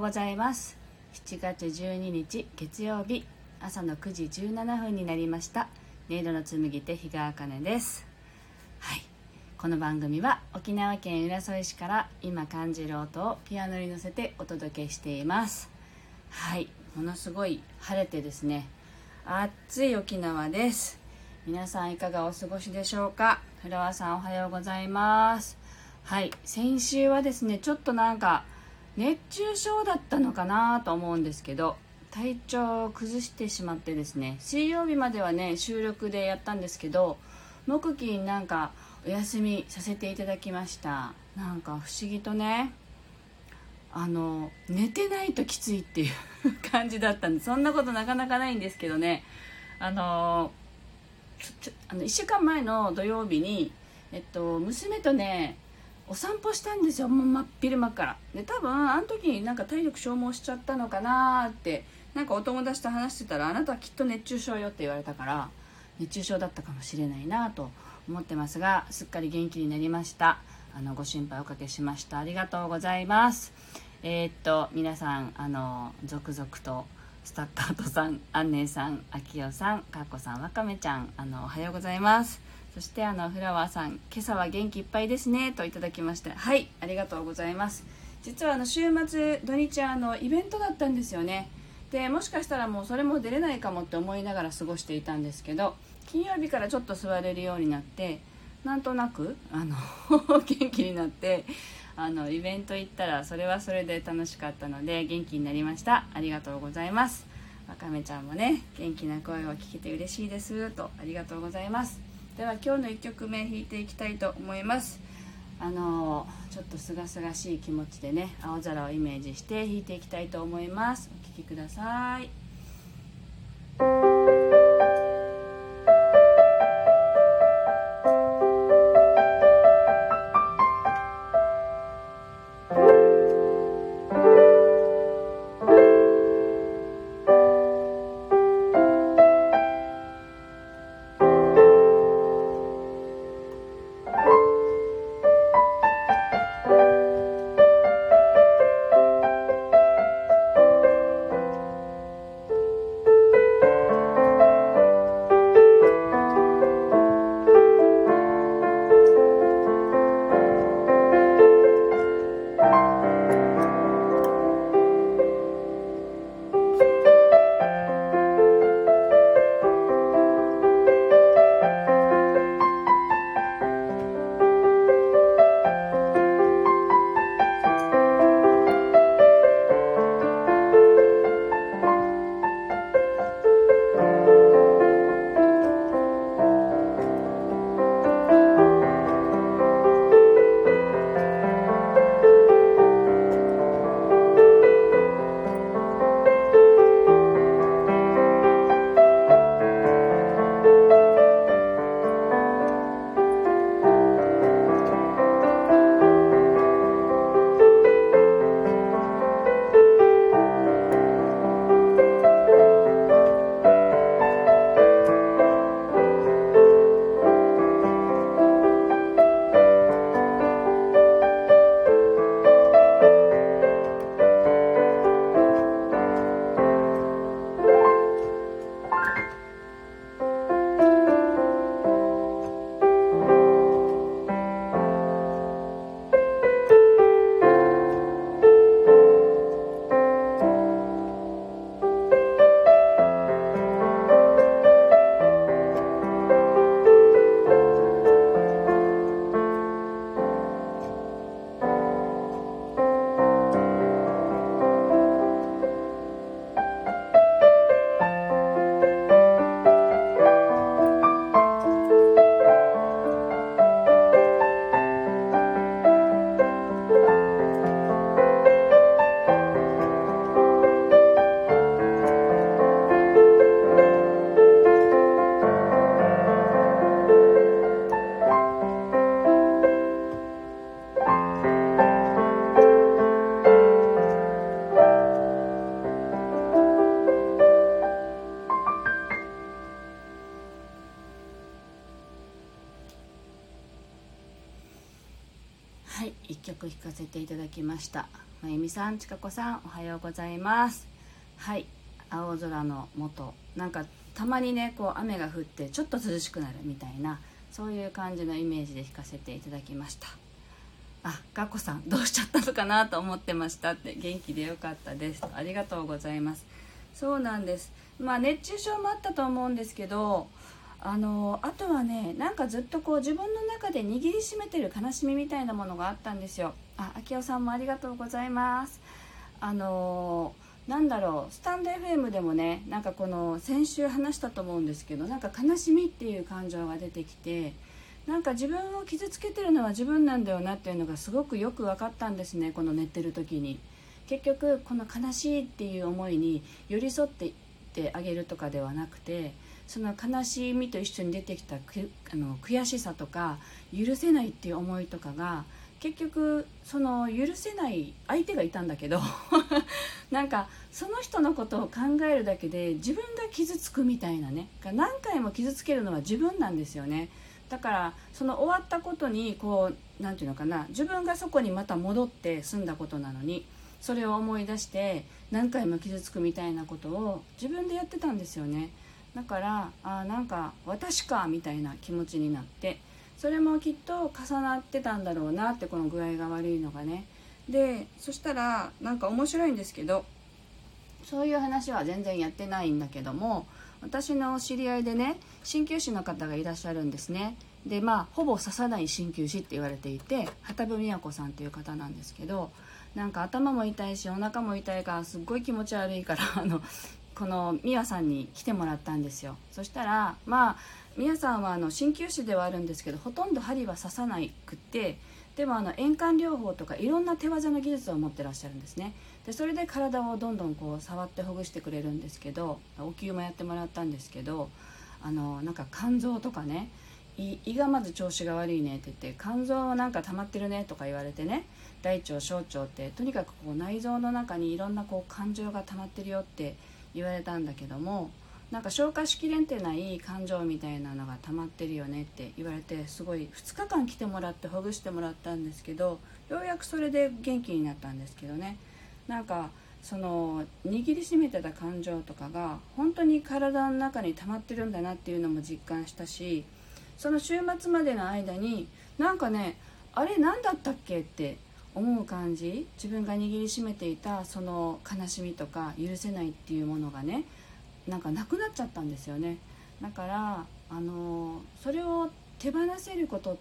ございます。7月12日月曜日、朝の9時17分になりました。音色の紡手日川茜です。はい、この番組は沖縄県浦添市から今感じる音をピアノに乗せてお届けしています。はい、ものすごい晴れてですね、暑い沖縄です。皆さんいかがお過ごしでしょうか。フラワーさんおはようございます。はい、先週はですね、ちょっとなんか熱中症だったのかなと思うんですけど、体調を崩してしまってですね、水曜日まではね収録でやったんですけど、木金なんかお休みさせていただきました。なんか不思議とね、寝てないときついっていう感じだったんで、そんなことなかなかないんですけどね、1週間前の土曜日に、娘とねお散歩したんですよ。もう真っ昼間からで、多分あの時になんか体力消耗しちゃったのかなって、なんかお友達と話してたら、あなたはきっと熱中症よって言われたから、熱中症だったかもしれないなと思ってますが、すっかり元気になりました。ご心配おかけしました。ありがとうございます。皆さん続々とスタッカートさん、アンネさん、アキヨさん、カッコさん、ワカメちゃん、おはようございます。そしてフラワーさん、今朝は元気いっぱいですねといただきまして、はい、ありがとうございます。実は週末土日イベントだったんですよね。でもしかしたらもうそれも出れないかもって思いながら過ごしていたんですけど、金曜日からちょっと座れるようになって、なんとなく元気になって、イベント行ったらそれはそれで楽しかったので元気になりました。ありがとうございます。わかめちゃんもね、元気な声を聞けて嬉しいですと、ありがとうございます。では今日の1曲目弾いていきたいと思います。ちょっとすがすがしい気持ちでね、青空をイメージして弾いていきたいと思います。お聴きください。 はい、一曲弾かせていただきました。まゆみさん、ちかこさん、おはようございます。はい、青空の下、なんかたまにねこう雨が降ってちょっと涼しくなるみたいな、そういう感じのイメージで弾かせていただきました。あ、ガッコさんどうしちゃったのかなと思ってましたって、元気でよかったです、ありがとうございます。そうなんです。まあ熱中症もあったと思うんですけど、あとはね、なんかずっとこう自分の中で握りしめてる悲しみみたいなものがあったんですよ。あ、秋代さんもありがとうございます。なんだろう、スタンド FM でもね、なんかこの先週話したと思うんですけど、なんか悲しみっていう感情が出てきて、なんか自分を傷つけてるのは自分なんだよなっていうのがすごくよく分かったんですね、この寝てる時に。結局この悲しいっていう思いに寄り添っていってあげるとかではなくて、その悲しみと一緒に出てきた悔しさとか許せないっていう思いとかが、結局その許せない相手がいたんだけどなんかその人のことを考えるだけで自分が傷つくみたいなね、何回も傷つけるのは自分なんですよね。だからその終わったことにこう、なんていうのかな、自分がそこにまた戻って済んだことなのに、それを思い出して何回も傷つくみたいなことを自分でやってたんですよね。だからなんか私かみたいな気持ちになって、それもきっと重なってたんだろうなって、この具合が悪いのがね。でそしたらなんか面白いんですけど、そういう話は全然やってないんだけども、私の知り合いでね鍼灸師の方がいらっしゃるんですね。でほぼ刺さない鍼灸師って言われていて、畑部美和子さんっていう方なんですけど、なんか頭も痛いしお腹も痛いからすっごい気持ち悪いからこの美和さんに来てもらったんですよ。そしたら美和さんは鍼灸師ではあるんですけど、ほとんど針は刺さなくて、でも遠管療法とかいろんな手技の技術を持ってらっしゃるんですね。でそれで体をどんどんこう触ってほぐしてくれるんですけど、お灸もやってもらったんですけど、なんか肝臓とかね、胃がまず調子が悪いねって言って、肝臓はなんか溜まってるねとか言われてね、大腸小腸ってとにかくこう内臓の中にいろんなこう感情が溜まってるよって言われたんだけども、なんか消化しきれんてない感情みたいなのが溜まってるよねって言われて、すごい2日間来てもらってほぐしてもらったんですけど、ようやくそれで元気になったんですけどね。なんかその握りしめてた感情とかが本当に体の中に溜まってるんだなっていうのも実感したし、その週末までの間になんかね、あれ何だったっけって思う感じ、自分が握りしめていたその悲しみとか許せないっていうものがね、なんかなくなっちゃったんですよね。だからそれを手放せることって、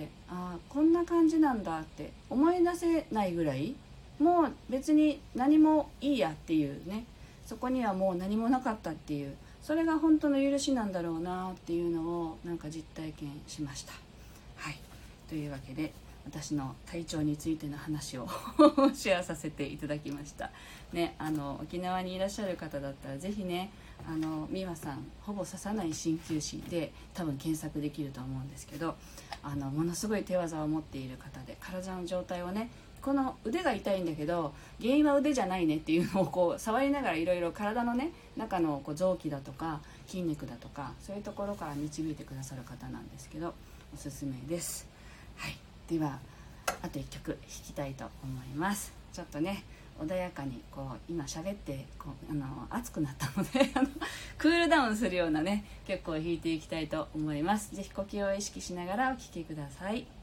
こんな感じなんだって思い出せないぐらい、もう別に何もいいやっていうね、そこにはもう何もなかったっていう、それが本当の許しなんだろうなっていうのをなんか実体験しました。はい、というわけで私の体調についての話をシェアさせていただきましたね。沖縄にいらっしゃる方だったらぜひね、美和さんほぼ刺さない鍼灸師で多分検索できると思うんですけど、ものすごい手技を持っている方で、体の状態をね、この腕が痛いんだけど原因は腕じゃないねっていうのをこう触りながら、いろいろ体のね中のこう臓器だとか筋肉だとか、そういうところから導いてくださる方なんですけど、おすすめです。はい、ではあと1曲弾きたいと思います。ちょっとね穏やかにこう今喋って熱くなったのでクールダウンするようなね曲を弾いていきたいと思います。ぜひ呼吸を意識しながらお聴きください。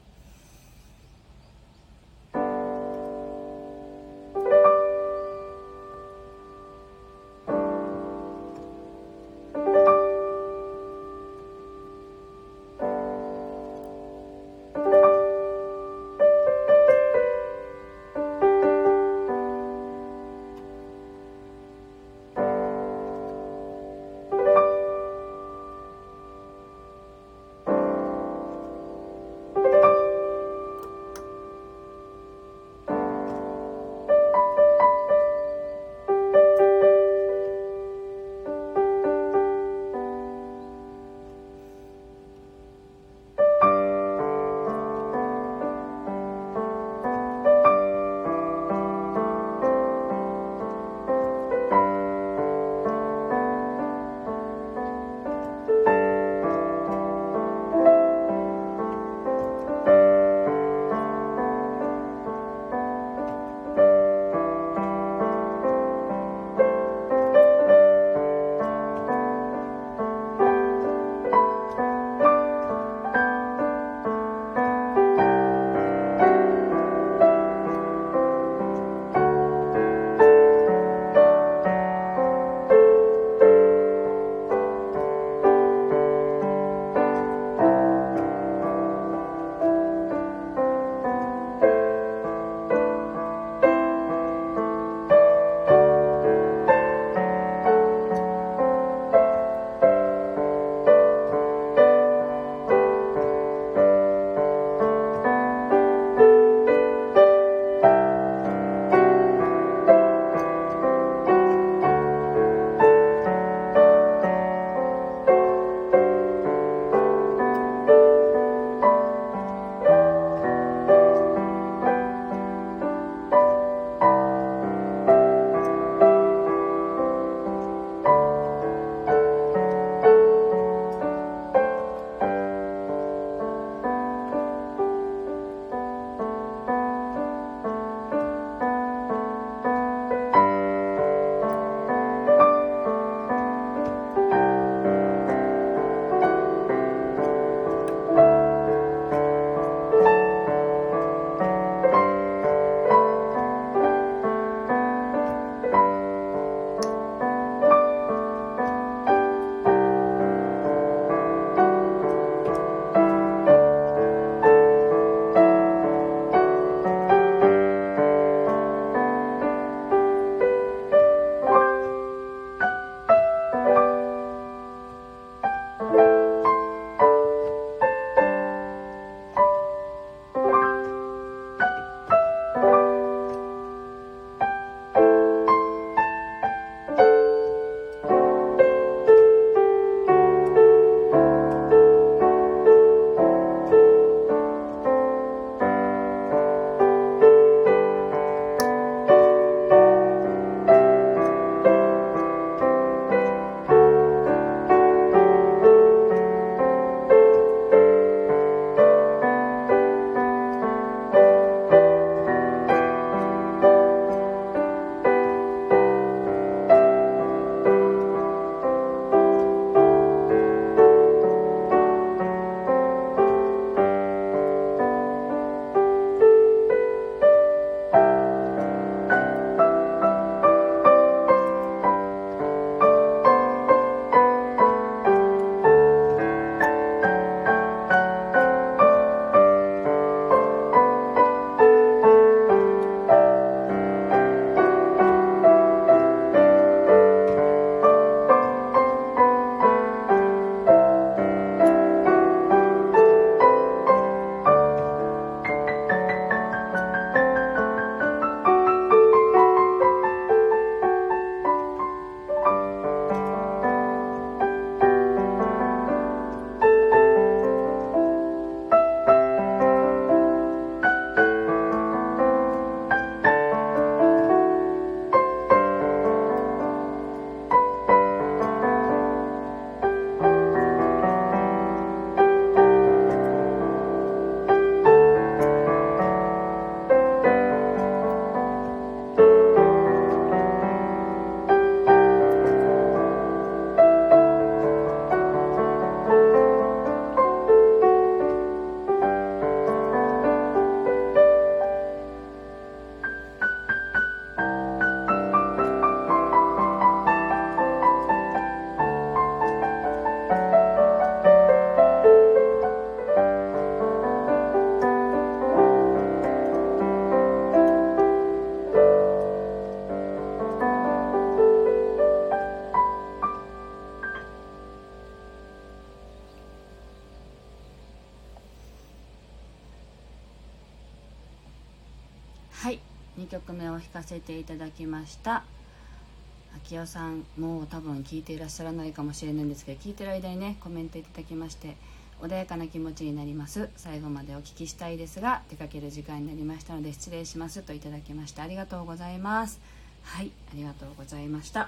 はい、2曲目を弾かせていただきました。秋代さんもう多分聞いていらっしゃらないかもしれないんですけど、聞いてる間にねコメントいただきまして、穏やかな気持ちになります。最後までお聞きしたいですが出かける時間になりましたので失礼しますといただきました。ありがとうございます。はい、ありがとうございました。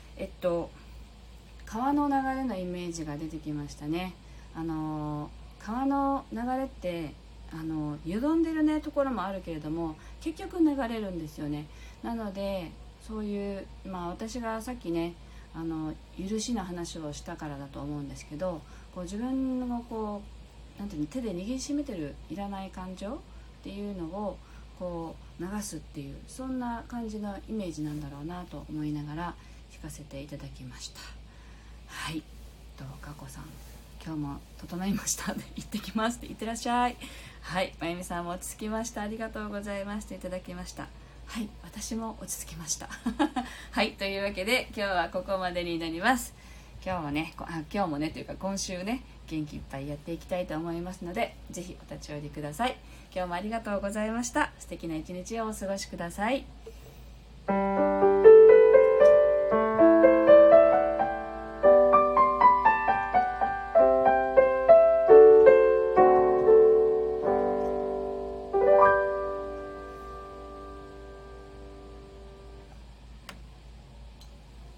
川の流れのイメージが出てきましたね。川の流れってよどんでるねところもあるけれども結局流れるんですよね。なのでそういう、私がさっきね許しの話をしたからだと思うんですけど、こう自分のこうなんていうの、手で握りしめてるいらない感情っていうのをこう流すっていう、そんな感じのイメージなんだろうなと思いながら弾かせていただきました。はい、かこさん今日も整いました行ってきますって言ってらっしゃい。はい、まゆみさんも落ち着きました、ありがとうございましたいただきました。はい、私も落ち着きましたはい、というわけで今日はここまでになります。今日もねというか今週ね元気いっぱいやっていきたいと思いますので、ぜひお立ち寄りください。今日もありがとうございました。素敵な一日をお過ごしください。